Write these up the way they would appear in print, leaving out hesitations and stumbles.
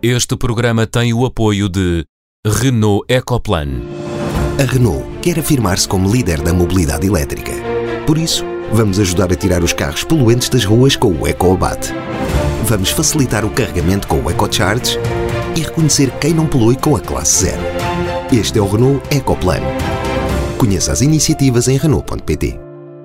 Este programa tem o apoio de Renault Ecoplan. A Renault quer afirmar-se como líder da mobilidade elétrica. Por isso, vamos ajudar a tirar os carros poluentes das ruas com o EcoAbate. Vamos facilitar o carregamento com o EcoCharge e reconhecer quem não polui com a classe 0. Este é o Renault Ecoplan. Conheça as iniciativas em Renault.pt.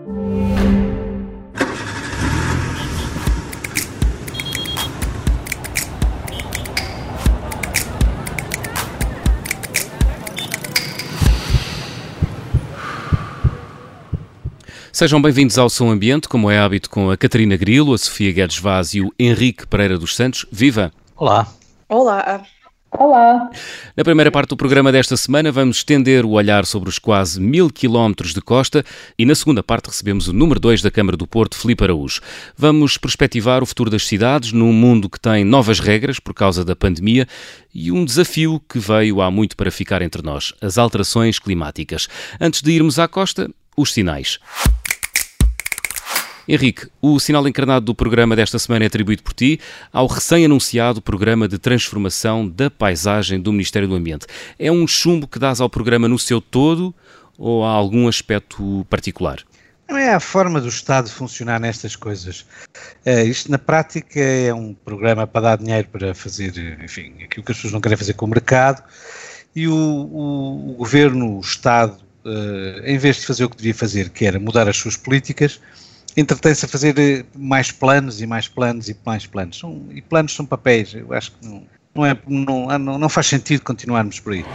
Sejam bem-vindos ao Som Ambiente, como é hábito, com a Catarina Grilo, a Sofia Guedes Vaz e o Henrique Pereira dos Santos. Viva! Olá! Olá! Olá! Na primeira parte do programa desta semana vamos estender o olhar sobre os quase 1000 quilómetros de costa e na segunda parte recebemos o número 2 da Câmara do Porto, Filipe Araújo. Vamos perspectivar o futuro das cidades num mundo que tem novas regras por causa da pandemia e um desafio que veio há muito para ficar entre nós, as alterações climáticas. Antes de irmos à costa, os sinais. Henrique, o sinal encarnado do programa desta semana é atribuído por ti ao recém-anunciado Programa de Transformação da Paisagem do Ministério do Ambiente. É um chumbo que dás ao programa no seu todo ou há algum aspecto particular? Não é a forma do Estado funcionar nestas coisas. Isto na prática é um programa para dar dinheiro para fazer, enfim, aquilo que as pessoas não querem fazer com o mercado e o Governo, o Estado, em vez de fazer o que devia fazer, que era mudar as suas políticas, entretém-se a fazer mais planos e mais planos e mais planos. E planos são papéis. Eu acho que não faz sentido continuarmos por aí.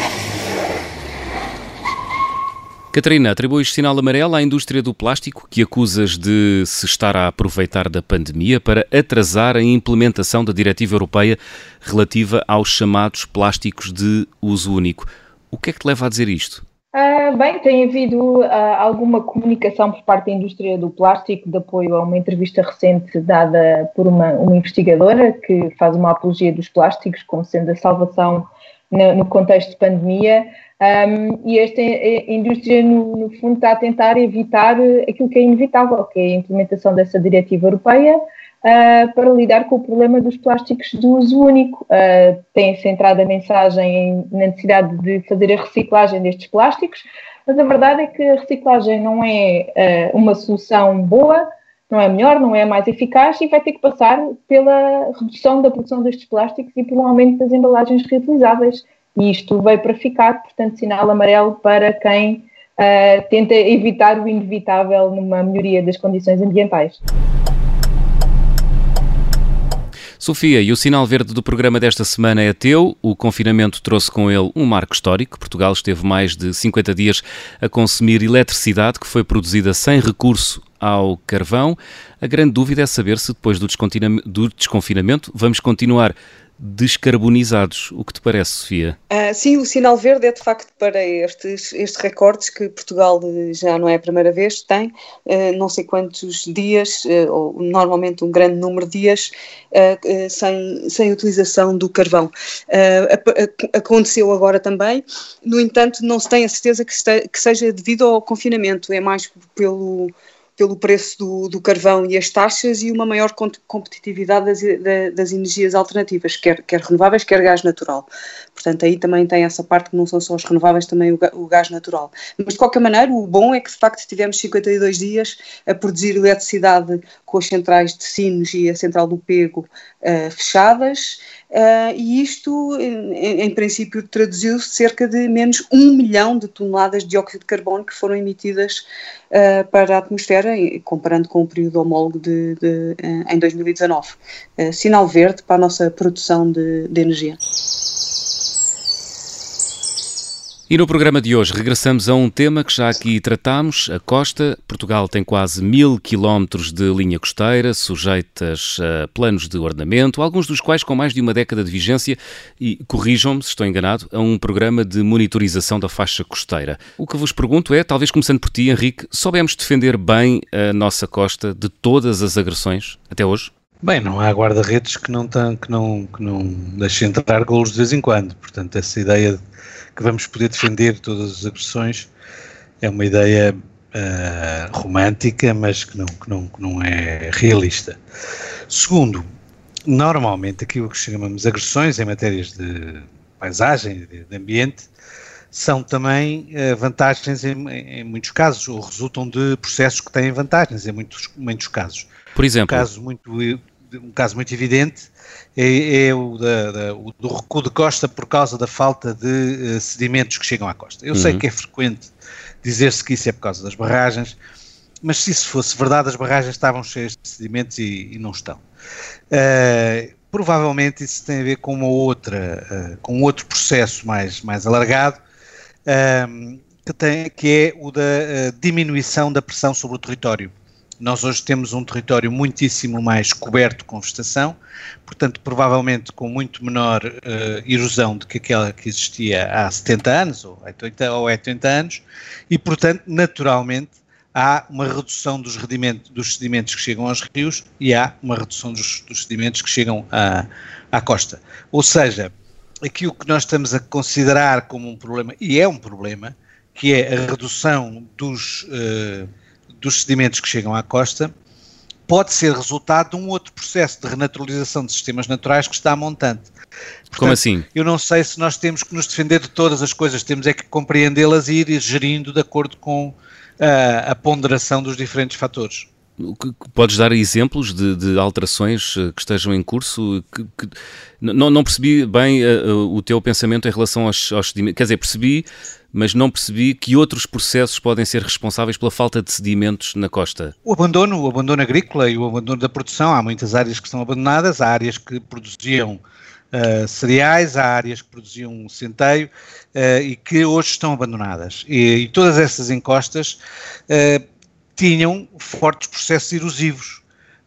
Catarina, atribuis sinal amarelo à indústria do plástico que acusas de se estar a aproveitar da pandemia para atrasar a implementação da Diretiva Europeia relativa aos chamados plásticos de uso único. O que é que te leva a dizer isto? Bem, tem havido alguma comunicação por parte da indústria do plástico de apoio a uma entrevista recente dada por uma investigadora que faz uma apologia dos plásticos como sendo a salvação no contexto de pandemia, e esta indústria no fundo está a tentar evitar aquilo que é inevitável, que é a implementação dessa diretiva europeia para lidar com o problema dos plásticos de uso único. Tem centrado a mensagem na necessidade de fazer a reciclagem destes plásticos, mas a verdade é que a reciclagem não é uma solução boa, não é melhor, não é mais eficaz e vai ter que passar pela redução da produção destes plásticos e pelo aumento das embalagens reutilizáveis. E isto veio para ficar, portanto, sinal amarelo para quem tenta evitar o inevitável numa melhoria das condições ambientais. Sofia, e o sinal verde do programa desta semana é teu. O confinamento trouxe com ele um marco histórico. Portugal esteve mais de 50 dias a consumir eletricidade que foi produzida sem recurso ao carvão. A grande dúvida é saber se depois do desconfinamento vamos continuar descarbonizados. O que te parece, Sofia? Sim, o sinal verde é de facto para estes recordes que Portugal já não é a primeira vez, tem não sei quantos dias, ou normalmente um grande número de dias, sem utilização do carvão. Aconteceu agora também, no entanto não se tem a certeza que seja devido ao confinamento, é mais pelo preço do carvão e as taxas e uma maior competitividade das energias alternativas, quer renováveis, quer gás natural. Portanto, aí também tem essa parte que não são só os renováveis, também o gás natural. Mas, de qualquer maneira, o bom é que, de facto, tivemos 52 dias a produzir eletricidade com as centrais de Sines e a central do Pego fechadas, e isto, em princípio, traduziu-se cerca de menos 1 milhão de toneladas de dióxido de carbono que foram emitidas para a atmosfera, comparando com o período homólogo em 2019. Sinal verde para a nossa produção de energia. E no programa de hoje regressamos a um tema que já aqui tratámos, a costa. Portugal tem quase 1000 quilómetros de linha costeira, sujeitas a planos de ordenamento, alguns dos quais com mais de uma década de vigência e, corrijam-me se estou enganado, a um programa de monitorização da faixa costeira. O que vos pergunto é, talvez começando por ti, Henrique, soubemos defender bem a nossa costa de todas as agressões até hoje? Bem, não há guarda-redes que não deixem entrar golos de vez em quando, portanto essa ideia de que vamos poder defender todas as agressões é uma ideia romântica, mas que não é realista. Segundo, Normalmente aquilo que chamamos agressões em matérias de paisagem, de ambiente, são também vantagens em muitos casos, ou resultam de processos que têm vantagens em muitos casos. Por exemplo? Um caso muito evidente é o do recuo de costa por causa da falta de sedimentos que chegam à costa. Eu sei que é frequente dizer-se que isso é por causa das barragens, mas se isso fosse verdade, as barragens estavam cheias de sedimentos e não estão. Provavelmente isso tem a ver com com outro processo mais alargado, que é o da diminuição da pressão sobre o território. Nós hoje temos um território muitíssimo mais coberto com vegetação, portanto, provavelmente com muito menor erosão do que aquela que existia há 70 anos, ou 80 anos, e, portanto, naturalmente, há uma redução dos sedimentos que chegam aos rios e há uma redução dos sedimentos que chegam à costa. Ou seja, aquilo que nós estamos a considerar como um problema, e é um problema, que é a redução dos sedimentos que chegam à costa, pode ser resultado de um outro processo de renaturalização de sistemas naturais que está montante. Portanto, como assim? Eu não sei se nós temos que nos defender de todas as coisas, temos é que compreendê-las e ir gerindo de acordo com a ponderação dos diferentes fatores. Podes dar exemplos de alterações que estejam em curso? Não percebi bem o teu pensamento em relação aos sedimentos. Quer dizer, percebi, mas não percebi que outros processos podem ser responsáveis pela falta de sedimentos na costa. O abandono agrícola e o abandono da produção. Há muitas áreas que estão abandonadas, há áreas que produziam cereais, há áreas que produziam centeio e que hoje estão abandonadas. E todas essas encostas tinham fortes processos erosivos,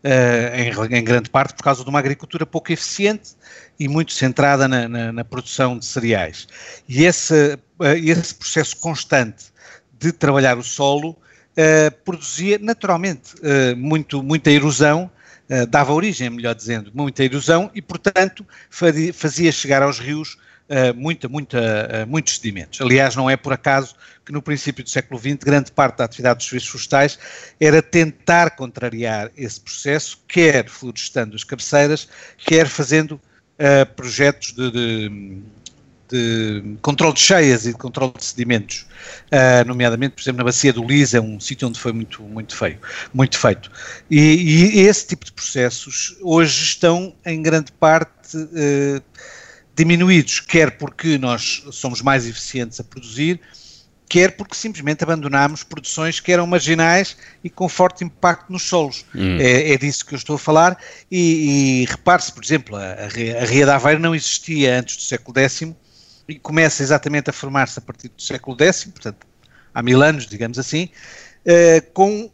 em grande parte por causa de uma agricultura pouco eficiente e muito centrada na produção de cereais. E esse processo constante de trabalhar o solo produzia naturalmente muita erosão, dava origem, melhor dizendo, muita erosão e, portanto, fazia chegar aos rios muitos sedimentos. Aliás, não é por acaso que no princípio do século XX grande parte da atividade dos serviços florestais era tentar contrariar esse processo, quer florestando as cabeceiras, quer fazendo projetos de controle de cheias e de controle de sedimentos, nomeadamente, por exemplo, na Bacia do Lisa, é um sítio onde foi muito feito. E esse tipo de processos hoje estão em grande parte diminuídos, quer porque nós somos mais eficientes a produzir, quer porque simplesmente abandonamos produções que eram marginais e com forte impacto nos solos. É disso que eu estou a falar e repare-se, por exemplo, a Ria de Aveiro não existia antes do século X e começa exatamente a formar-se a partir do século X, portanto, há 1000 anos, digamos assim, com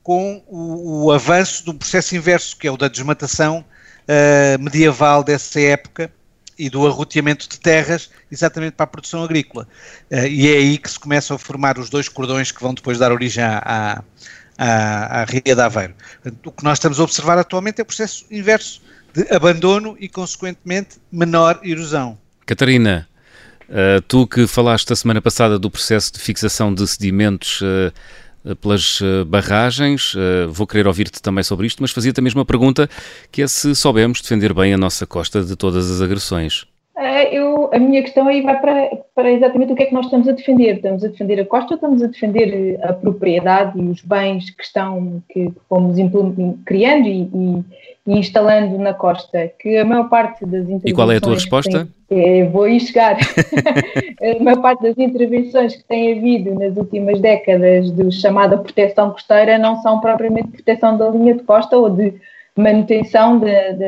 o avanço de um processo inverso, que é o da desmatação medieval dessa época, e do arroteamento de terras exatamente para a produção agrícola. E é aí que se começam a formar os dois cordões que vão depois dar origem à Ria de Aveiro. O que nós estamos a observar atualmente é o processo inverso de abandono e, consequentemente, menor erosão. Catarina, tu que falaste a semana passada do processo de fixação de sedimentos pelas barragens, vou querer ouvir-te também sobre isto, mas fazia-te a mesma pergunta, que é se soubemos defender bem a nossa costa de todas as agressões. A minha questão aí vai para exatamente o que é que nós estamos a defender. Estamos a defender a costa ou estamos a defender a propriedade e os bens que fomos criando e instalando na costa? Que a maior parte das intervenções... E qual é a tua resposta? Vou aí chegar. A maior parte das intervenções que tem havido nas últimas décadas de chamada proteção costeira não são propriamente proteção da linha de costa ou de manutenção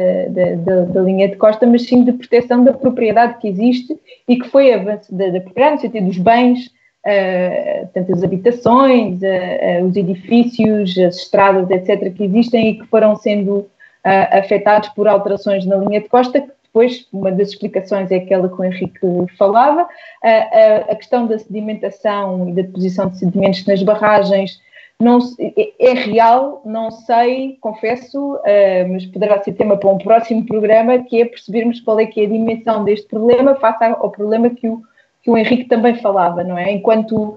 da linha de costa, mas sim de proteção da propriedade que existe e que foi da propriedade no sentido dos bens, tanto as habitações, os edifícios, as estradas, etc., que existem e que foram sendo afetados por alterações na linha de costa, que depois, uma das explicações é aquela que o Henrique falava, a questão da sedimentação e da deposição de sedimentos nas barragens é real, não sei, confesso, mas poderá ser tema para um próximo programa, que é percebermos qual é que é a dimensão deste problema face ao problema que o Henrique também falava, não é? Enquanto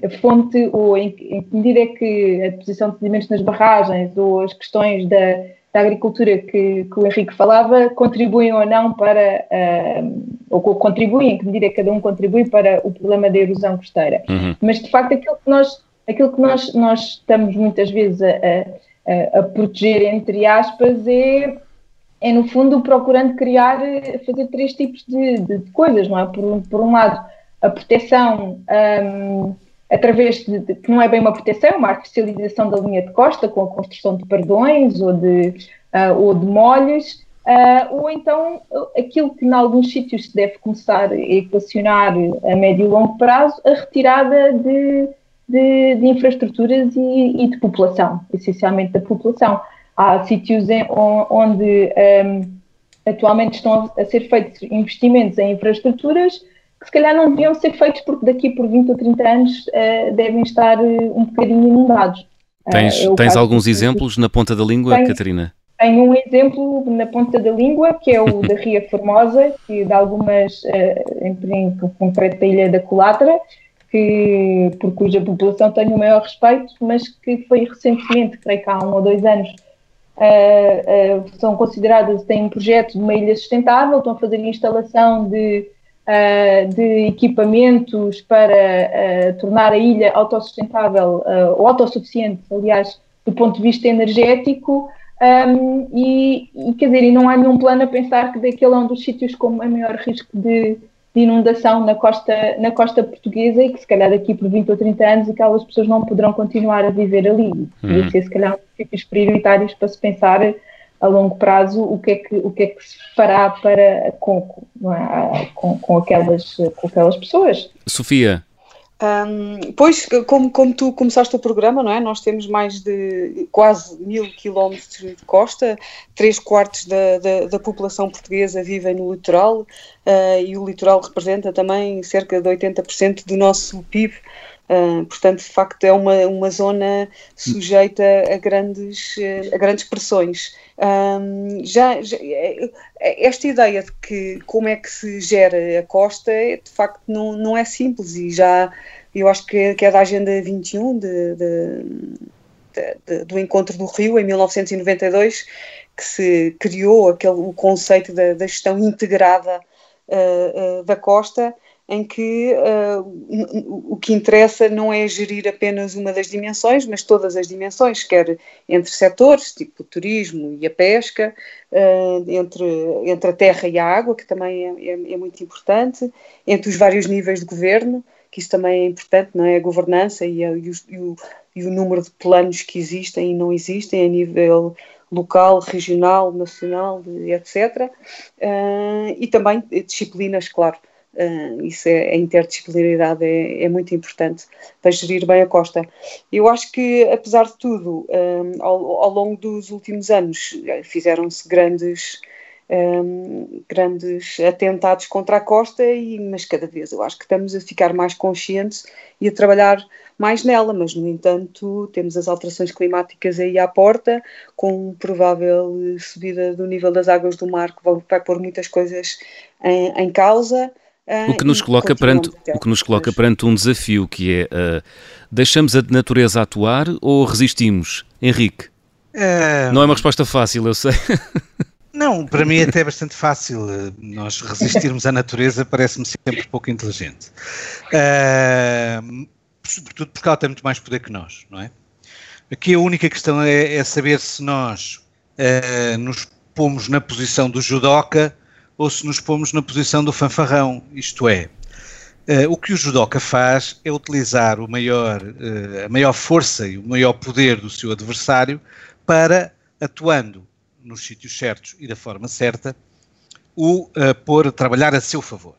fonte, ou em que medida é que a deposição de sedimentos nas barragens ou as questões da agricultura que o Henrique falava contribuem ou não para, ou contribuem, em que medida cada um contribui para o problema da erosão costeira. Mas, de facto, aquilo que nós estamos muitas vezes a proteger, entre aspas, é no fundo procurando fazer três tipos de coisas, não é? Por um lado, a proteção através que não é bem uma proteção, é uma artificialização da linha de costa com a construção de perdões ou de molhas, ou então aquilo que em alguns sítios se deve começar a equacionar a médio e longo prazo, a retirada de infraestruturas e de população, essencialmente da população. Há sítios onde atualmente estão a ser feitos investimentos em infraestruturas que se calhar não deviam ser feitos porque daqui por 20 ou 30 anos devem estar um bocadinho inundados. Tens alguns exemplos na ponta da língua, Catarina? Tenho um exemplo na ponta da língua, que é o da Ria Formosa, que de algumas, em concreto da Ilha da Colatra, por cuja população tenho o maior respeito, mas que foi recentemente, creio que há 1 ou 2 anos, são consideradas, têm um projeto de uma ilha sustentável, estão a fazer instalação de equipamentos para tornar a ilha autossustentável, ou autossuficiente, aliás, do ponto de vista energético, e quer dizer, e não há nenhum plano a pensar que daquele é um dos sítios com maior risco de inundação na costa portuguesa e que se calhar daqui por 20 ou 30 anos aquelas pessoas não poderão continuar a viver ali. Devia ser se calhar um dos sítios prioritários para se pensar a longo prazo o que é que se fará com aquelas pessoas. Sofia. Pois, como tu começaste o programa, não é? Nós temos mais de quase 1000 quilómetros de costa, 3/4 da população portuguesa vive no litoral, e o litoral representa também cerca de 80% do nosso PIB. Portanto, de facto, é uma zona sujeita a grandes pressões. Esta ideia de que como é que se gera a costa, de facto, não é simples, e eu acho que é da Agenda 21 do Encontro do Rio, em 1992, que se criou o conceito da gestão integrada da costa, em que o que interessa não é gerir apenas uma das dimensões, mas todas as dimensões, quer entre setores, tipo o turismo e a pesca, entre a terra e a água, que também é muito importante, entre os vários níveis de governo, que isso também é importante, não é? A governança e o número de planos que existem e não existem a nível local, regional, nacional, etc. E também disciplinas, claro. Isso a interdisciplinaridade é muito importante para gerir bem a costa. Eu acho que, apesar de tudo, ao longo dos últimos anos fizeram-se grandes atentados contra a costa, mas cada vez eu acho que estamos a ficar mais conscientes e a trabalhar mais nela, mas no entanto temos as alterações climáticas aí à porta, com provável subida do nível das águas do mar, que vai pôr muitas coisas em causa. O que nos coloca perante um desafio, que é, deixamos a natureza atuar ou resistimos? Henrique? Não é uma resposta fácil, eu sei. Não, para mim até é bastante fácil. Nós resistirmos à natureza parece-me sempre pouco inteligente. Sobretudo porque ela tem muito mais poder que nós, não é? Aqui a única questão é saber se nós nos pomos na posição do judoca ou se nos pomos na posição do fanfarrão. Isto é, o que o judoca faz é utilizar a maior força e o maior poder do seu adversário para, atuando nos sítios certos e da forma certa, pôr a trabalhar a seu favor.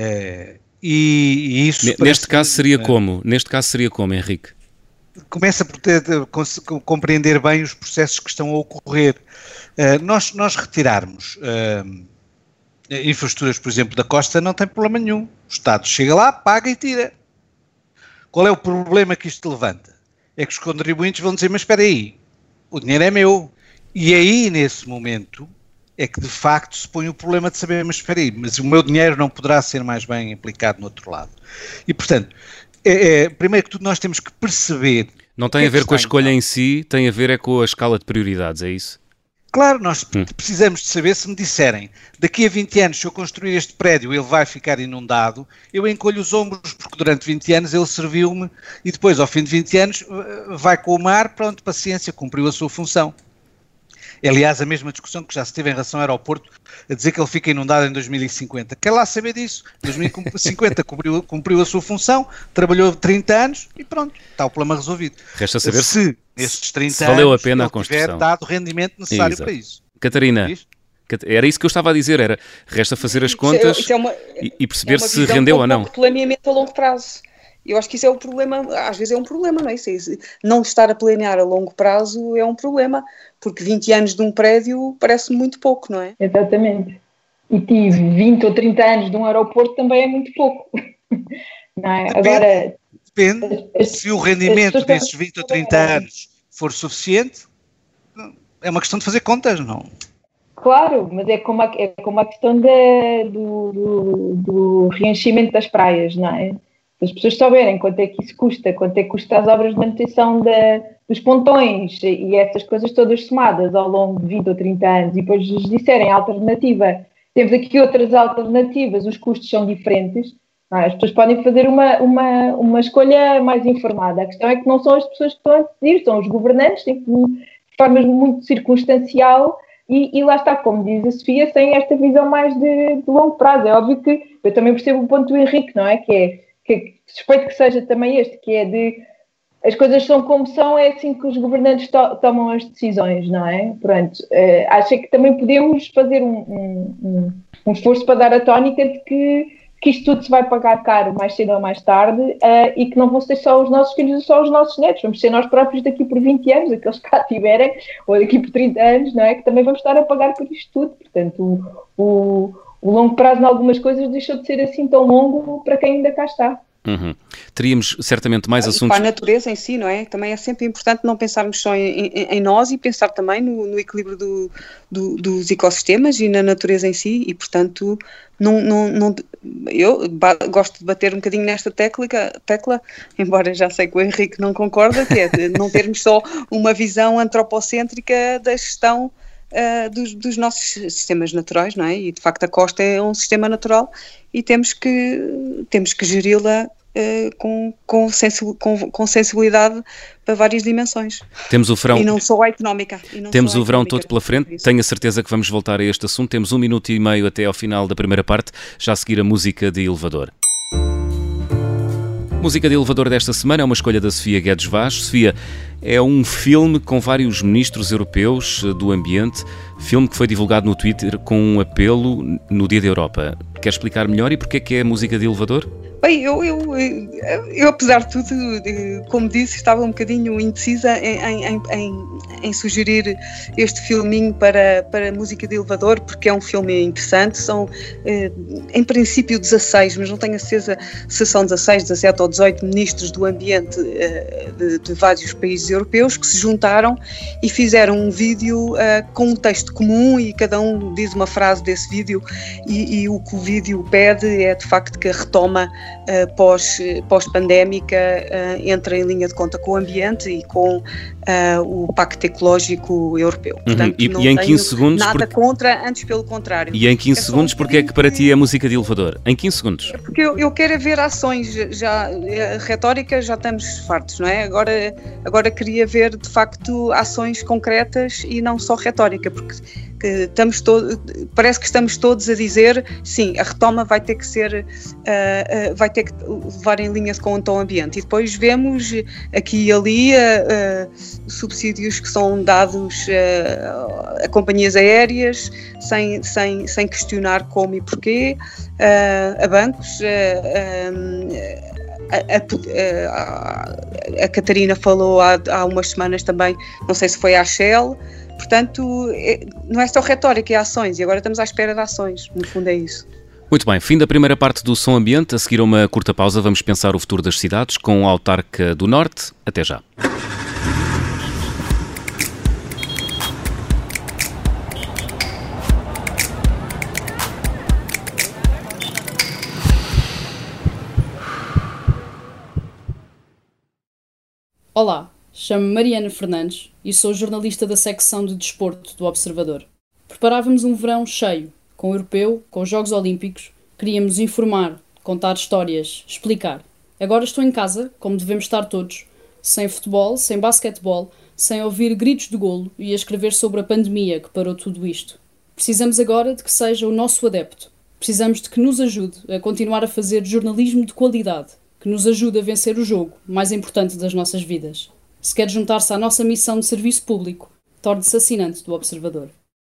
E isso neste caso seria como? Neste caso seria como, Henrique? Começa por compreender bem os processos que estão a ocorrer. Nós retirarmos infraestruturas, por exemplo, da costa, não tem problema nenhum. O Estado chega lá, paga e tira. Qual é o problema que isto levanta? É que os contribuintes vão dizer, mas espera aí, o dinheiro é meu. E aí, nesse momento, é que de facto se põe o problema de saber, mas espera aí, mas o meu dinheiro não poderá ser mais bem aplicado no outro lado. E, portanto, primeiro que tudo nós temos que perceber... Não tem a ver com a escolha em si, tem a ver com a escala de prioridades, é isso? Claro, nós precisamos de saber, se me disserem, daqui a 20 anos, se eu construir este prédio, ele vai ficar inundado, eu encolho os ombros, porque durante 20 anos ele serviu-me e depois, ao fim de 20 anos, vai com o mar, pronto, paciência, cumpriu a sua função. Aliás, a mesma discussão que já se teve em relação ao aeroporto, a dizer que ele fica inundado em 2050. Quer lá saber disso? 2050 cumpriu a sua função, trabalhou 30 anos e pronto, está o problema resolvido. Resta saber se estes 30 se valeu anos a pena a ele construção. tiver dado o rendimento necessário para isso. Catarina, era isso que eu estava a dizer, resta fazer as contas e perceber se rendeu ou não. Planeamento a longo prazo. Eu acho que isso é o problema, às vezes é um problema, não é? Não estar a planear a longo prazo é um problema, porque 20 anos de um prédio parece muito pouco, não é? Exatamente. E tive 20 ou 30 anos de um aeroporto também é muito pouco. Não é? Depende. Se o rendimento desses 20 ou 30 anos for suficiente, é uma questão de fazer contas, não? Claro, mas é como a questão do reenchimento das praias, não é? Se as pessoas souberem quanto é que isso custa, quanto é que custa as obras de manutenção dos pontões e essas coisas todas somadas ao longo de 20 ou 30 anos e depois lhes disserem a alternativa, temos aqui outras alternativas, os custos são diferentes, não é? As pessoas podem fazer uma escolha mais informada. A questão é que não são as pessoas que estão a decidir, são os governantes, de forma muito circunstancial e lá está, como diz a Sofia, sem esta visão mais de longo prazo. É óbvio que eu também percebo o ponto do Henrique, não é? Que suspeito que seja também este, que é de as coisas são como são, é assim que os governantes tomam as decisões, não é? Pronto, acho que também podemos fazer um esforço para dar a tónica de que isto tudo se vai pagar caro mais cedo ou mais tarde e que não vão ser só os nossos filhos ou só os nossos netos, vamos ser nós próprios daqui por 20 anos, aqueles que cá tiverem, ou daqui por 30 anos, não é? Que também vamos estar a pagar por isto tudo. Portanto, o longo prazo em algumas coisas deixou de ser assim tão longo para quem ainda cá está. Uhum. Teríamos certamente mais assuntos. Para a natureza em si, não é? Também é sempre importante não pensarmos só em nós e pensar também no equilíbrio dos ecossistemas e na natureza em si e, portanto, eu gosto de bater um bocadinho nesta tecla, embora já sei que o Henrique não concorda, que é de não termos só uma visão antropocêntrica da gestão dos nossos sistemas naturais, não é? E de facto a costa é um sistema natural e temos que geri-la com sensibilidade para várias dimensões. Temos o verão, e não só a económica. Temos o verão todo pela frente, tenho a certeza que vamos voltar a este assunto. Temos 1 minuto e meio até ao final da primeira parte, já a seguir a música de elevador. Música de elevador desta semana é uma escolha da Sofia Guedes Vaz. Sofia, é um filme com vários ministros europeus do ambiente, filme que foi divulgado no Twitter com um apelo no Dia da Europa. Quer explicar melhor e porquê que é música de elevador? Bem, eu apesar de tudo, como disse, estava um bocadinho indecisa em sugerir este filminho para música de elevador, porque é um filme interessante. São, em princípio, 16, mas não tenho a certeza se são 16, 17 ou 18 ministros do ambiente de vários países europeus que se juntaram e fizeram um vídeo com um texto comum e cada um diz uma frase desse vídeo e o que o vídeo pede é, de facto, que a retoma pós-pandémica entra em linha de conta com o ambiente e com o Pacto Ecológico Europeu. Portanto, e em 15 segundos, nada contra, antes pelo contrário. E em 15 segundos, porque é que para ti é música de elevador? Em 15 segundos. Porque eu quero ver ações, já, a retórica já estamos fartos, não é? Agora queria ver, de facto, ações concretas e não só retórica, porque parece que estamos todos a dizer, sim, a retoma vai ter que ser, vai ter que levar em linha com o ambiente. E depois vemos aqui e ali subsídios que são dados a companhias aéreas sem questionar como e porquê, a bancos. A Catarina falou há umas semanas também, não sei se foi à Shell. Portanto, não é só retórica, é ações, e agora estamos à espera de ações, no fundo é isso. Muito bem, fim da primeira parte do Som Ambiente. A seguir a uma curta pausa vamos pensar o futuro das cidades com a Autarca do Norte. Até já. Olá, Chamo-me Mariana Fernandes e sou jornalista da secção de desporto do Observador. Preparávamos um verão cheio, com o europeu, com os Jogos Olímpicos. Queríamos informar, contar histórias, explicar. Agora estou em casa, como devemos estar todos, sem futebol, sem basquetebol, sem ouvir gritos de golo e a escrever sobre a pandemia que parou tudo isto. Precisamos agora de que seja o nosso adepto. Precisamos de que nos ajude a continuar a fazer jornalismo de qualidade, que nos ajude a vencer o jogo mais importante das nossas vidas. Se quer juntar-se à nossa missão de serviço público, torne-se assinante do Observador.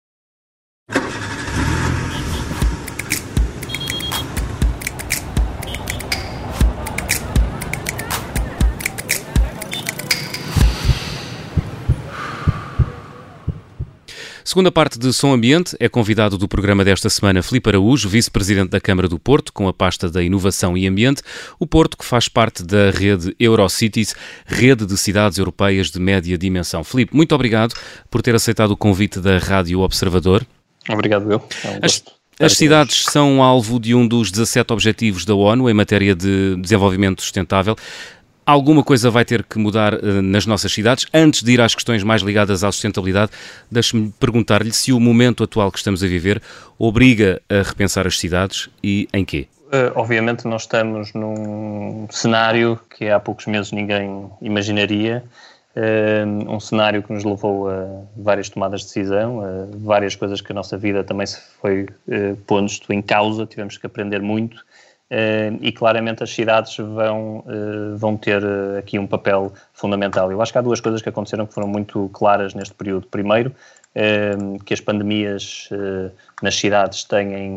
Segunda parte de Som Ambiente, é convidado do programa desta semana Filipe Araújo, vice-presidente da Câmara do Porto, com a pasta da Inovação e Ambiente, o Porto que faz parte da rede Eurocities, rede de cidades europeias de média dimensão. Filipe, muito obrigado por ter aceitado o convite da Rádio Observador. Obrigado, eu. As cidades são alvo de um dos 17 objetivos da ONU em matéria de desenvolvimento sustentável. Alguma coisa vai ter que mudar nas nossas cidades. Antes de ir às questões mais ligadas à sustentabilidade, deixe-me perguntar-lhe se o momento atual que estamos a viver obriga a repensar as cidades e em quê? Obviamente nós estamos num cenário que há poucos meses ninguém imaginaria, um cenário que nos levou a várias tomadas de decisão, a várias coisas que a nossa vida também se foi pondo em causa, tivemos que aprender muito. E claramente as cidades vão ter aqui um papel fundamental. Eu acho que há duas coisas que aconteceram que foram muito claras neste período. Primeiro, que as pandemias nas cidades têm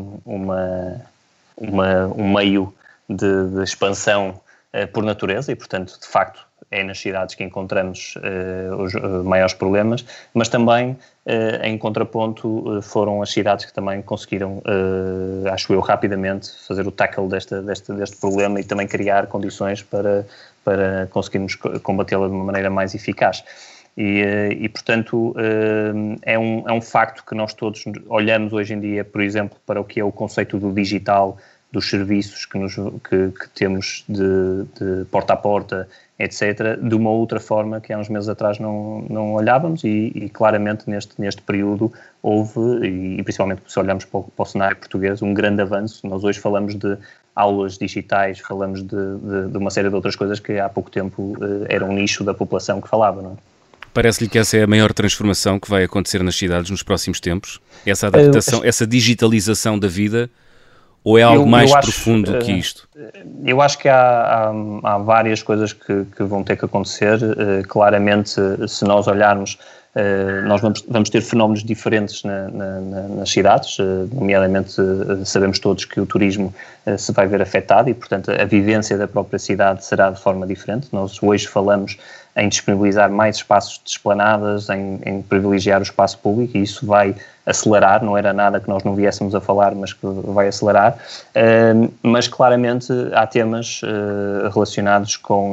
um meio de expansão por natureza e, portanto, de facto, é nas cidades que encontramos os maiores problemas, mas também, em contraponto, foram as cidades que também conseguiram, acho eu, rapidamente fazer o tackle deste problema e também criar condições para conseguirmos combatê-la de uma maneira mais eficaz. E portanto, é um facto que nós todos olhamos hoje em dia, por exemplo, para o que é o conceito do digital, dos serviços que temos de porta a porta, etc., de uma outra forma que há uns meses atrás não olhávamos e claramente neste período houve, e principalmente se olharmos para o cenário português, um grande avanço. Nós hoje falamos de aulas digitais, falamos de uma série de outras coisas que há pouco tempo era um nicho da população que falava, não é? Parece-lhe que essa é a maior transformação que vai acontecer nas cidades nos próximos tempos? Essa adaptação, essa digitalização da vida? Ou é algo mais profundo que isto? Eu acho que há várias coisas que vão ter que acontecer. Claramente, se nós olharmos, nós vamos ter fenómenos diferentes nas cidades, nomeadamente sabemos todos que o turismo se vai ver afetado e, portanto, a vivência da própria cidade será de forma diferente. Nós hoje falamos em disponibilizar mais espaços de esplanadas, em privilegiar o espaço público, e isso vai acelerar, não era nada que nós não viéssemos a falar, mas que vai acelerar, mas claramente há temas relacionados com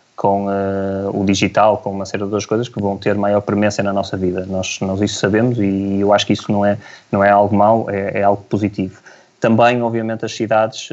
o digital, com uma série de outras coisas que vão ter maior premência na nossa vida. Nós isso sabemos e eu acho que isso não é algo mau, é algo positivo. Também, obviamente, as cidades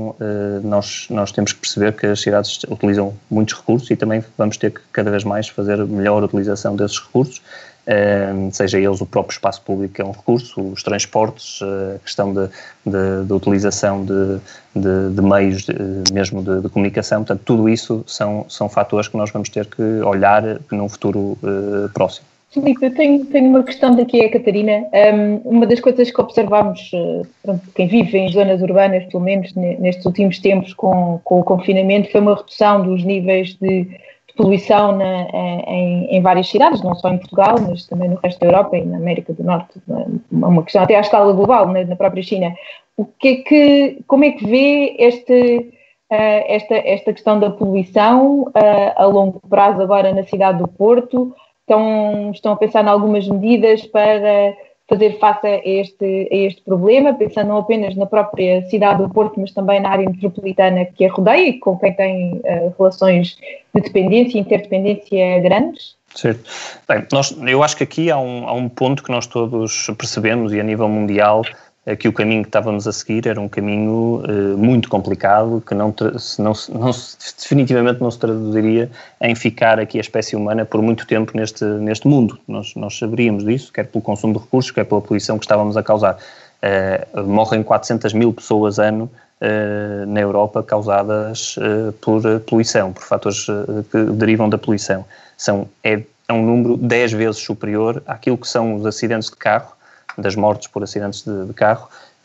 nós temos que perceber que as cidades utilizam muitos recursos e também vamos ter que cada vez mais fazer melhor utilização desses recursos, seja eles o próprio espaço público, que é um recurso, os transportes, a questão de utilização de meios mesmo de comunicação. Portanto, tudo isso são fatores que nós vamos ter que olhar num futuro próximo. Filipe, eu tenho uma questão daqui a Catarina. Uma das coisas que observamos, quem vive em zonas urbanas, pelo menos nestes últimos tempos com o confinamento, foi uma redução dos níveis de poluição em várias cidades, não só em Portugal, mas também no resto da Europa e na América do Norte. Uma questão até à escala global, na própria China. Como é que vê esta questão da poluição a longo prazo agora na cidade do Porto? Estão a pensar em algumas medidas para fazer face a este problema, pensando não apenas na própria cidade do Porto, mas também na área metropolitana que a rodeia e com quem tem relações de dependência e interdependência grandes? Certo. Bem, eu acho que aqui há um ponto que nós todos percebemos e a nível mundial que o caminho que estávamos a seguir era um caminho muito complicado, que definitivamente não se traduziria em ficar aqui a espécie humana por muito tempo neste mundo. Nós saberíamos disso, quer pelo consumo de recursos, quer pela poluição que estávamos a causar. Morrem 400 mil pessoas ano na Europa causadas por poluição, por fatores que derivam da poluição. É um número 10 vezes superior àquilo que são os acidentes de carro, das mortes por acidentes de carro,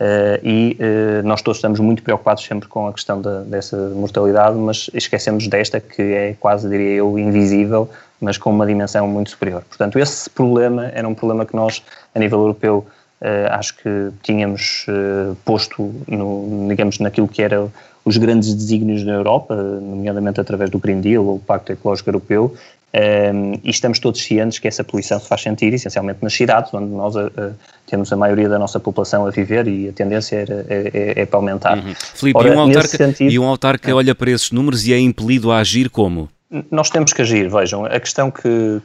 e nós todos estamos muito preocupados sempre com a questão dessa mortalidade, mas esquecemos desta que é quase, diria eu, invisível, mas com uma dimensão muito superior. Portanto, esse problema era um problema que nós, a nível europeu, acho que tínhamos posto, digamos, naquilo que eram os grandes desígnios da Europa, nomeadamente através do Green Deal ou o Pacto Ecológico Europeu, e estamos todos cientes que essa poluição se faz sentir essencialmente nas cidades, onde nós temos a maioria da nossa população a viver e a tendência é para aumentar. Filipe, e um autarca olha para esses números e é impelido a agir como? Nós temos que agir, vejam, a questão que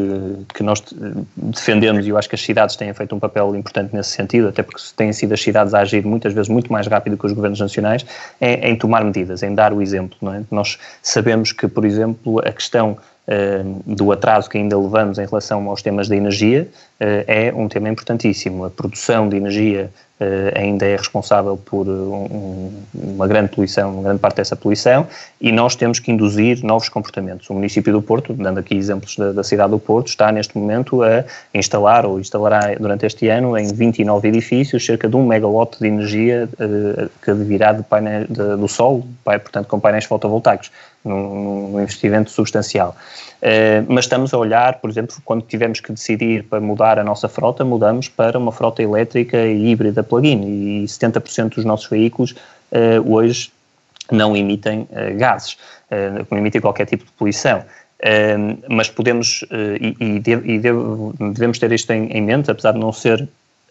nós defendemos, e eu acho que as cidades têm feito um papel importante nesse sentido, até porque têm sido as cidades a agir muitas vezes muito mais rápido que os governos nacionais, é em tomar medidas, em dar o exemplo, não é? Nós sabemos que, por exemplo, a questão do atraso que ainda levamos em relação aos temas da energia é um tema importantíssimo. A produção de energia ainda é responsável por uma grande poluição, uma grande parte dessa poluição, e nós temos que induzir novos comportamentos. O município do Porto, dando aqui exemplos da cidade do Porto, está neste momento a instalar, ou instalará durante este ano, em 29 edifícios, cerca de 1 megawatt de energia que virá do sol, portanto com painéis fotovoltaicos, num investimento substancial. Mas estamos a olhar, por exemplo, quando tivemos que decidir para mudar a nossa frota, mudamos para uma frota elétrica e híbrida plug-in, e 70% dos nossos veículos hoje não emitem gases, não emitem qualquer tipo de poluição. Mas podemos, devemos ter isto em mente, apesar de não ser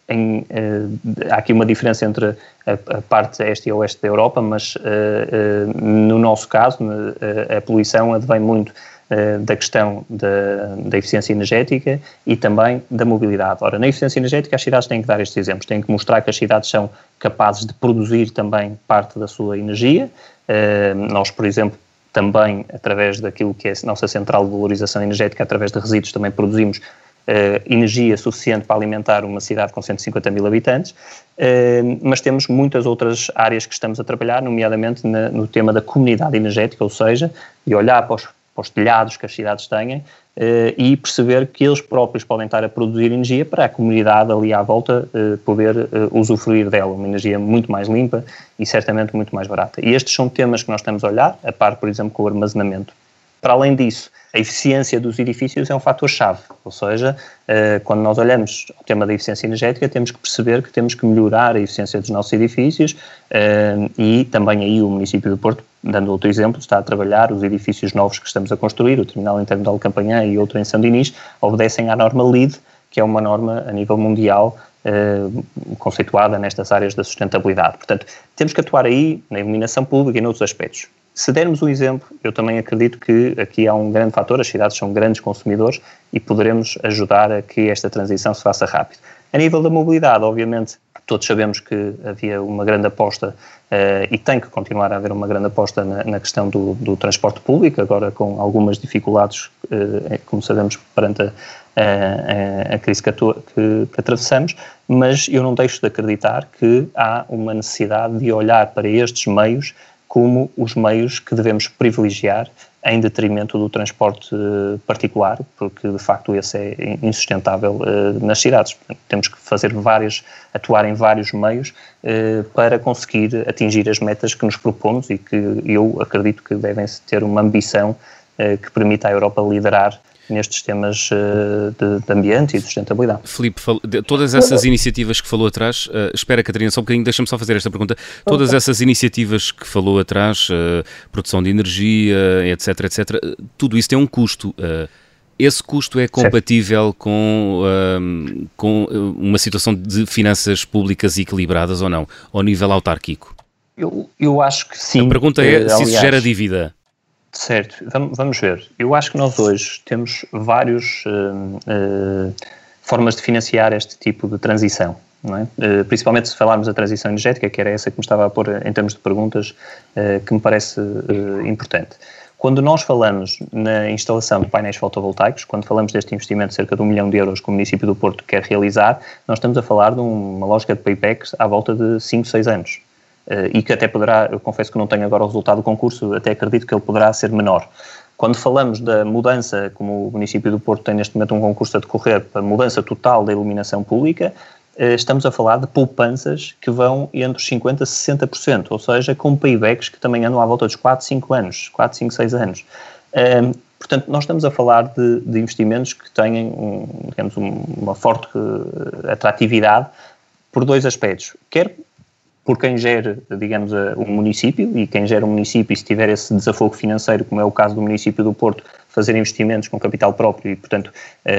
há aqui uma diferença entre a parte este e oeste da Europa, mas no nosso caso a poluição advém muito da questão da eficiência energética e também da mobilidade. Ora, na eficiência energética as cidades têm que dar estes exemplos, têm que mostrar que as cidades são capazes de produzir também parte da sua energia. Nós, por exemplo, também através daquilo que é a nossa central de valorização energética, através de resíduos, também produzimos energia suficiente para alimentar uma cidade com 150 mil habitantes, mas temos muitas outras áreas que estamos a trabalhar, nomeadamente no tema da comunidade energética, ou seja, de olhar para os telhados que as cidades têm e perceber que eles próprios podem estar a produzir energia para a comunidade ali à volta poder usufruir dela, uma energia muito mais limpa e certamente muito mais barata. E estes são temas que nós estamos a olhar, a par, por exemplo, com o armazenamento. Para além disso, a eficiência dos edifícios é um fator-chave, ou seja, quando nós olhamos ao tema da eficiência energética, temos que perceber que temos que melhorar a eficiência dos nossos edifícios e também aí o município do Porto, dando outro exemplo, está a trabalhar os edifícios novos que estamos a construir, o terminal interno de Alcampanhã e outro em São Dinis, obedecem à norma LEED, que é uma norma a nível mundial conceituada nestas áreas da sustentabilidade. Portanto, temos que atuar aí na iluminação pública e noutros aspectos. Se dermos um exemplo, eu também acredito que aqui há um grande fator, as cidades são grandes consumidores e poderemos ajudar a que esta transição se faça rápido. A nível da mobilidade, obviamente, todos sabemos que havia uma grande aposta e tem que continuar a haver uma grande aposta na questão do transporte público, agora com algumas dificuldades, como sabemos, perante a crise que atravessamos, mas eu não deixo de acreditar que há uma necessidade de olhar para estes meios como os meios que devemos privilegiar em detrimento do transporte particular, porque de facto esse é insustentável nas cidades. Temos que atuar em vários meios para conseguir atingir as metas que nos propomos e que eu acredito que devem ter uma ambição que permita à Europa liderar nestes temas de ambiente e de sustentabilidade. Filipe, todas essas iniciativas que falou atrás, espera Catarina, só um bocadinho, deixa-me só fazer esta pergunta, todas essas iniciativas que falou atrás, produção de energia, etc, tudo isso tem um custo. Esse custo é compatível com uma situação de finanças públicas equilibradas ou não, ao nível autárquico? Eu acho que sim. A pergunta é se isso gera dívida. Certo, vamos ver. Eu acho que nós hoje temos várias formas de financiar este tipo de transição. não é? Principalmente se falarmos da transição energética, que era essa que me estava a pôr em termos de perguntas, que me parece importante. Quando nós falamos na instalação de painéis fotovoltaicos, quando falamos deste investimento de cerca de 1 milhão de euros que o município do Porto quer realizar, nós estamos a falar de uma lógica de paybacks à volta de 5, 6 anos. E que até poderá, eu confesso que não tenho agora o resultado do concurso, até acredito que ele poderá ser menor. Quando falamos da mudança, como o município do Porto tem neste momento um concurso a decorrer para a mudança total da iluminação pública, estamos a falar de poupanças que vão entre os 50% a 60%, ou seja, com paybacks que também andam à volta dos 4, 5 anos, 4, 5, 6 anos. Portanto, nós estamos a falar de investimentos que têm, digamos, uma forte atratividade por 2 aspectos. Quer por quem gera, digamos, um município, e quem gera um município, e se tiver esse desafogo financeiro, como é o caso do município do Porto, fazer investimentos com capital próprio e, portanto,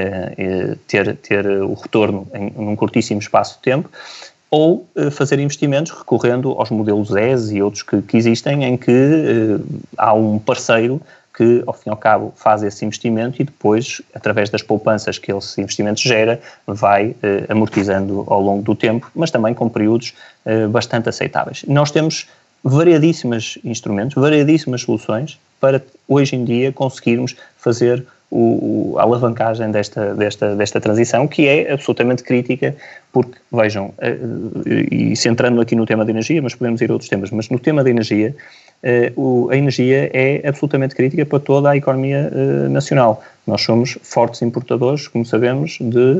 ter o retorno num curtíssimo espaço de tempo, ou fazer investimentos recorrendo aos modelos ES e outros que existem, em que há um parceiro que, ao fim e ao cabo, faz esse investimento e depois, através das poupanças que esse investimento gera, vai amortizando ao longo do tempo, mas também com períodos bastante aceitáveis. Nós temos variadíssimos instrumentos, variadíssimas soluções para, hoje em dia, conseguirmos fazer a alavancagem desta transição, que é absolutamente crítica, porque, vejam, e centrando aqui no tema da energia, mas podemos ir a outros temas, mas no tema da energia, a energia é absolutamente crítica para toda a economia nacional. Nós somos fortes importadores, como sabemos,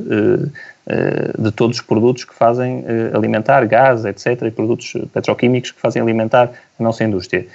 de todos os produtos que fazem alimentar, gás, etc., e produtos petroquímicos que fazem alimentar a nossa indústria.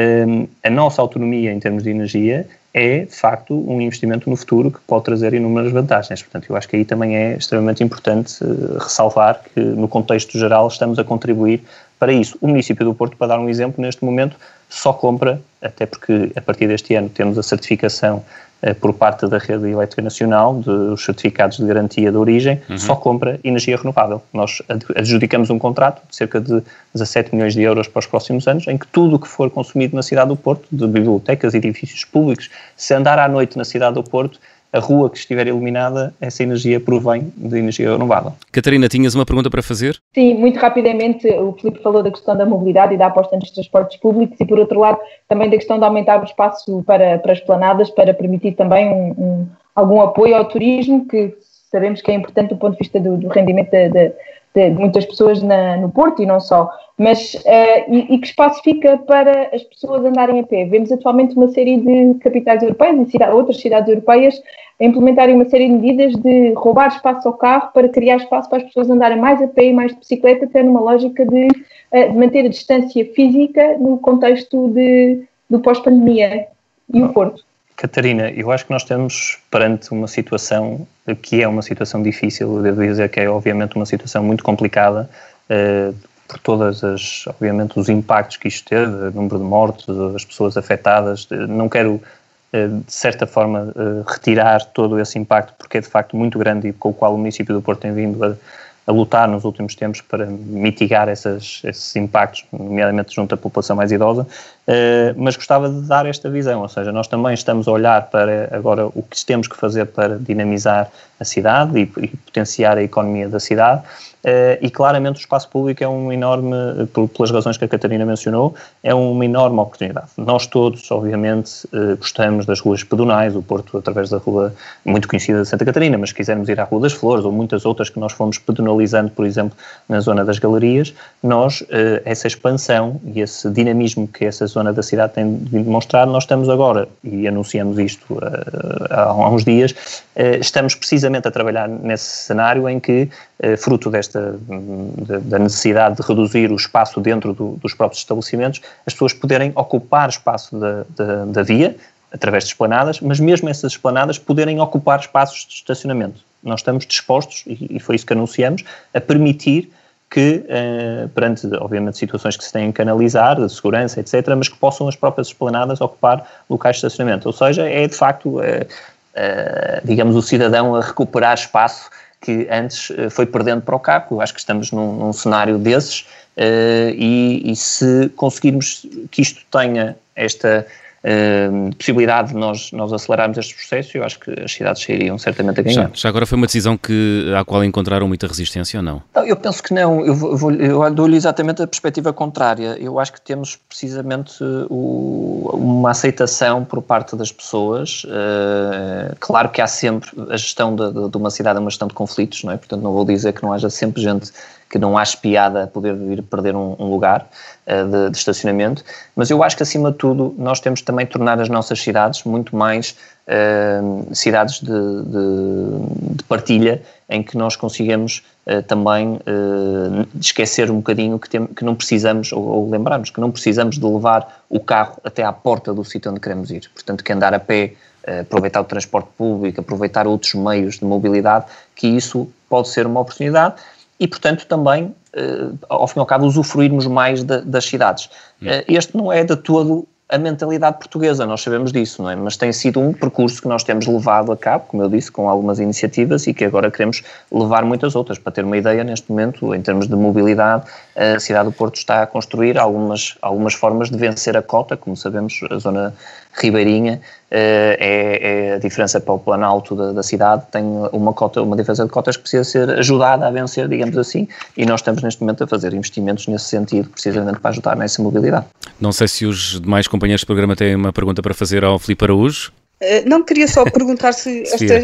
A nossa autonomia em termos de energia é, de facto, um investimento no futuro que pode trazer inúmeras vantagens. Portanto, eu acho que aí também é extremamente importante ressalvar que, no contexto geral, estamos a contribuir para isso. O município do Porto, para dar um exemplo, neste momento só compra, até porque a partir deste ano temos a certificação por parte da Rede Elétrica Nacional, dos certificados de garantia de origem, só compra energia renovável. Nós adjudicamos um contrato de cerca de 17 milhões de euros para os próximos anos, em que tudo o que for consumido na cidade do Porto, de bibliotecas e edifícios públicos, se andar à noite na cidade do Porto, a rua que estiver iluminada, essa energia provém de energia renovável. Catarina, tinhas uma pergunta para fazer? Sim, muito rapidamente, o Filipe falou da questão da mobilidade e da aposta nos transportes públicos e, por outro lado, também da questão de aumentar o espaço para esplanadas, para permitir também algum apoio ao turismo, que sabemos que é importante do ponto de vista do rendimento de muitas pessoas no Porto e não só. Mas, e que espaço fica para as pessoas andarem a pé? Vemos atualmente uma série de capitais europeias e outras cidades europeias a implementarem uma série de medidas de roubar espaço ao carro para criar espaço para as pessoas andarem mais a pé e mais de bicicleta, até numa lógica de manter a distância física no contexto do pós-pandemia. E o Porto? Catarina, eu acho que nós estamos perante uma situação que é uma situação difícil, eu devo dizer que é obviamente uma situação muito complicada, por todas obviamente, os impactos que isto teve, o número de mortes, as pessoas afetadas. Não quero, de certa forma, retirar todo esse impacto, porque é de facto muito grande e com o qual o município do Porto tem vindo a lutar nos últimos tempos para mitigar esses impactos, nomeadamente junto à população mais idosa, mas gostava de dar esta visão, ou seja, nós também estamos a olhar para agora o que temos que fazer para dinamizar a cidade e potenciar a economia da cidade, e claramente o espaço público é um enorme, pelas razões que a Catarina mencionou, é uma enorme oportunidade. Nós todos, obviamente, gostamos das ruas pedonais, o Porto através da rua muito conhecida de Santa Catarina, mas se quisermos ir à Rua das Flores ou muitas outras que nós fomos pedonalizando, por exemplo, na zona das galerias, nós, essa expansão e esse dinamismo que essa zona da cidade tem vindo demonstrar, nós estamos agora, e anunciamos isto há uns dias, estamos precisamente a trabalhar nesse cenário em que, fruto da necessidade de reduzir o espaço dentro dos próprios estabelecimentos, as pessoas poderem ocupar espaço da via, através de esplanadas, mas mesmo essas esplanadas poderem ocupar espaços de estacionamento. Nós estamos dispostos, e foi isso que anunciamos, a permitir que, perante, obviamente, situações que se têm que analisar, de segurança, etc., mas que possam as próprias esplanadas ocupar locais de estacionamento. Ou seja, é de facto, digamos, o cidadão a recuperar espaço que antes foi perdendo para o carro. Eu acho que estamos num cenário desses, e se conseguirmos que isto tenha esta possibilidade de nós acelerarmos este processo, eu acho que as cidades sairiam certamente a ganhar. Já agora foi uma decisão à qual encontraram muita resistência ou não? Eu penso que não, eu dou-lhe exatamente a perspectiva contrária. Eu acho que temos precisamente uma aceitação por parte das pessoas. Claro que há sempre, a gestão de uma cidade é uma gestão de conflitos, não é? Portanto não vou dizer que não haja sempre gente que não ache piada a poder vir perder um lugar de estacionamento, mas eu acho que acima de tudo nós temos também de tornar as nossas cidades muito mais cidades de partilha, em que nós consigamos também esquecer um bocadinho que não precisamos, ou lembrarmos que não precisamos de levar o carro até à porta do sítio onde queremos ir, portanto que andar a pé, aproveitar o transporte público, aproveitar outros meios de mobilidade, que isso pode ser uma oportunidade. E, portanto, também, ao fim e ao cabo, usufruirmos mais das cidades. Este não é de todo a mentalidade portuguesa, nós sabemos disso, não é? Mas tem sido um percurso que nós temos levado a cabo, como eu disse, com algumas iniciativas e que agora queremos levar muitas outras. Para ter uma ideia, neste momento, em termos de mobilidade, a cidade do Porto está a construir algumas formas de vencer a cota. Como sabemos, a zona ribeirinha é a diferença para o planalto da cidade, tem uma diferença de cotas que precisa ser ajudada a vencer, digamos assim, e nós estamos neste momento a fazer investimentos nesse sentido, precisamente para ajudar nessa mobilidade. Não sei se os demais companheiros do programa têm uma pergunta para fazer ao Filipe Araújo. Não, queria só perguntar se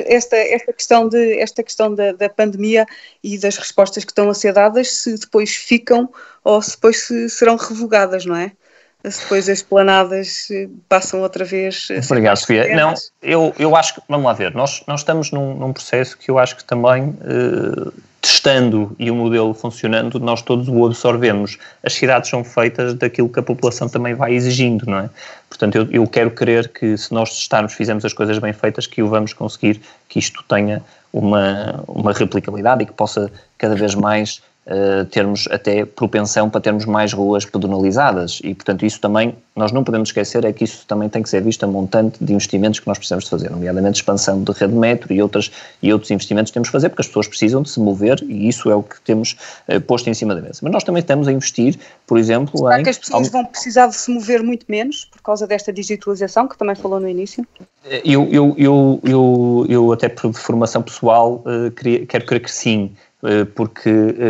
esta questão da pandemia e das respostas que estão a ser dadas, se depois ficam ou se depois serão revogadas, não é? Se depois as planadas passam outra vez. Obrigado, Sofia. Não, eu acho que, vamos lá ver, nós estamos num processo que eu acho que também, testando e o modelo funcionando, nós todos o absorvemos. As cidades são feitas daquilo que a população também vai exigindo, não é? Portanto, eu quero crer que se nós testarmos, fizermos as coisas bem feitas, que o vamos conseguir, que isto tenha uma replicabilidade e que possa cada vez mais termos até propensão para termos mais ruas pedonalizadas e, portanto, isso também, nós não podemos esquecer, é que isso também tem que ser visto a montante de investimentos que nós precisamos de fazer, nomeadamente expansão de rede de metro e outros investimentos que temos de fazer, porque as pessoas precisam de se mover e isso é o que temos posto em cima da mesa. Mas nós também estamos a investir, por exemplo, Será que as pessoas vão precisar de se mover muito menos por causa desta digitalização, que também falou no início? Eu até por formação pessoal quero crer que sim, porque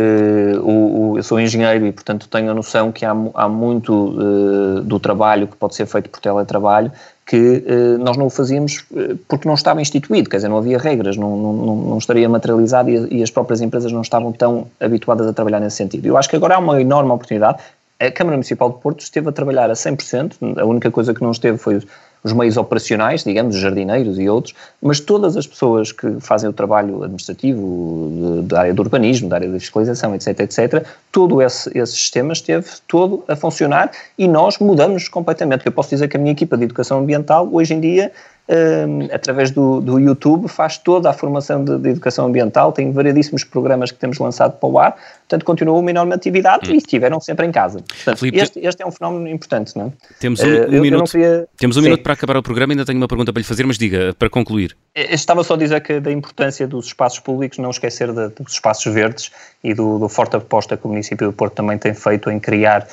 eu sou engenheiro e, portanto, tenho a noção que há muito do trabalho que pode ser feito por teletrabalho que nós não o fazíamos porque não estava instituído, quer dizer, não havia regras, não estaria materializado e as próprias empresas não estavam tão habituadas a trabalhar nesse sentido. Eu acho que agora há uma enorme oportunidade. A Câmara Municipal de Porto esteve a trabalhar a 100%, a única coisa que não esteve foi os meios operacionais, digamos, os jardineiros e outros, mas todas as pessoas que fazem o trabalho administrativo da área do urbanismo, da área da fiscalização, etc., todo esse sistema esteve todo a funcionar e nós mudamos completamente. Eu posso dizer que a minha equipa de educação ambiental, hoje em dia, através do YouTube, faz toda a formação de educação ambiental, tem variedíssimos programas que temos lançado para o ar, portanto continua uma enorme atividade e estiveram sempre em casa. Portanto, Filipe, este é um fenómeno importante, não é? Temos um minuto para acabar o programa, ainda tenho uma pergunta para lhe fazer, mas diga, para concluir. Estava só a dizer da importância dos espaços públicos, não esquecer dos espaços verdes e do forte aposta que o município do Porto também tem feito em criar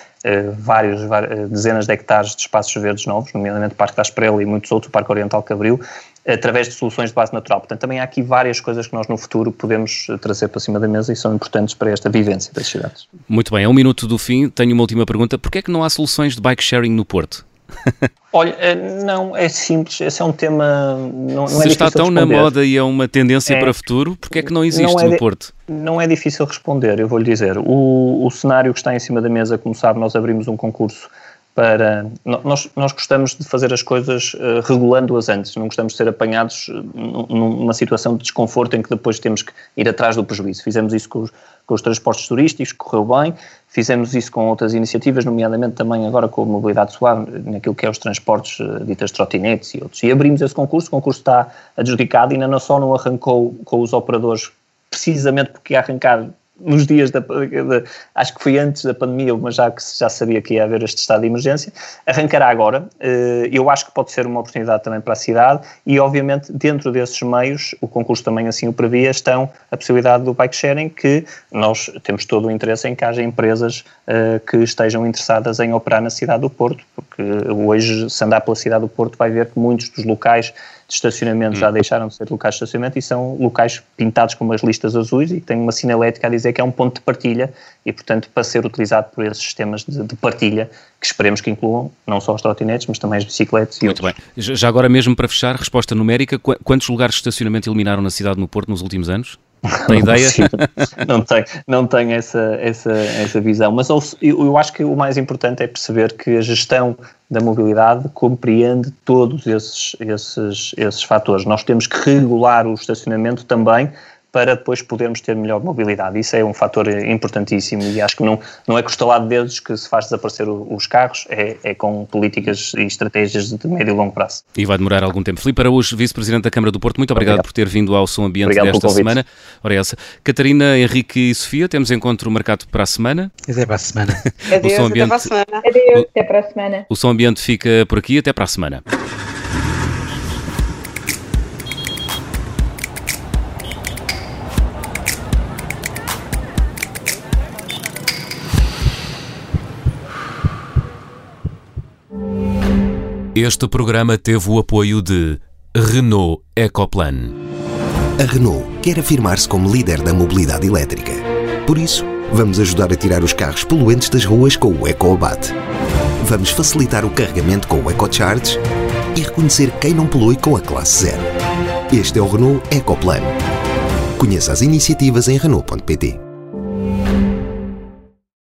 dezenas de hectares de espaços verdes novos, nomeadamente o Parque da Esprela e muitos outros, o Parque Oriental Cabril, através de soluções de base natural. Portanto, também há aqui várias coisas que nós no futuro podemos trazer para cima da mesa e são importantes para esta vivência das cidades. Muito bem, a um minuto do fim, tenho uma última pergunta. Porquê é que não há soluções de bike sharing no Porto? Olha, não, é simples, esse é um tema, não é difícil Se está tão responder. na moda e é uma tendência para o futuro, porquê é que não existe no Porto? Não é difícil responder, eu vou-lhe dizer. O cenário que está em cima da mesa, como sabe, nós abrimos um concurso para... Nós gostamos de fazer as coisas regulando-as antes, não gostamos de ser apanhados numa situação de desconforto em que depois temos que ir atrás do prejuízo. Fizemos isso com os transportes turísticos, correu bem, fizemos isso com outras iniciativas, nomeadamente também agora com a mobilidade suave, naquilo que é os transportes ditas trotinetes e outros. E abrimos esse concurso, o concurso está adjudicado e ainda não arrancou com os operadores, precisamente porque ia arrancar nos dias acho que foi antes da pandemia, mas já sabia que ia haver este estado de emergência, arrancará agora. Eu acho que pode ser uma oportunidade também para a cidade e, obviamente, dentro desses meios, o concurso também assim o previa, estão a possibilidade do bike sharing, que nós temos todo o interesse em que haja empresas que estejam interessadas em operar na cidade do Porto, porque porque hoje, se andar pela cidade do Porto, vai ver que muitos dos locais de estacionamento já deixaram de ser locais de estacionamento e são locais pintados com umas listas azuis e que têm uma sinalética a dizer que é um ponto de partilha e, portanto, para ser utilizado por esses sistemas de partilha, que esperemos que incluam não só os trotinetes, mas também as bicicletas e outros. Muito bem. Já agora mesmo para fechar, resposta numérica, quantos lugares de estacionamento eliminaram na cidade no Porto nos últimos anos? Tem ideia? Não tenho essa visão, mas eu acho que o mais importante é perceber que a gestão da mobilidade compreende todos esses fatores. Nós temos que regular o estacionamento também para depois podermos ter melhor mobilidade. Isso é um fator importantíssimo e acho que não é com o estalar de dedos que se faz desaparecer os carros, é com políticas e estratégias de médio e longo prazo. E vai demorar algum tempo. Filipe Araújo, Vice-Presidente da Câmara do Porto, muito obrigado por ter vindo ao Som Ambiente desta semana. Ora essa. Catarina, Henrique e Sofia, temos encontro marcado para a semana. Até para a semana. Adeus, até para a semana. Adeus, até para a semana. O Som Ambiente fica por aqui, até para a semana. Este programa teve o apoio de Renault Ecoplan. A Renault quer afirmar-se como líder da mobilidade elétrica. Por isso, vamos ajudar a tirar os carros poluentes das ruas com o EcoAbate. Vamos facilitar o carregamento com o EcoCharge e reconhecer quem não polui com a classe 0. Este é o Renault Ecoplan. Conheça as iniciativas em Renault.pt.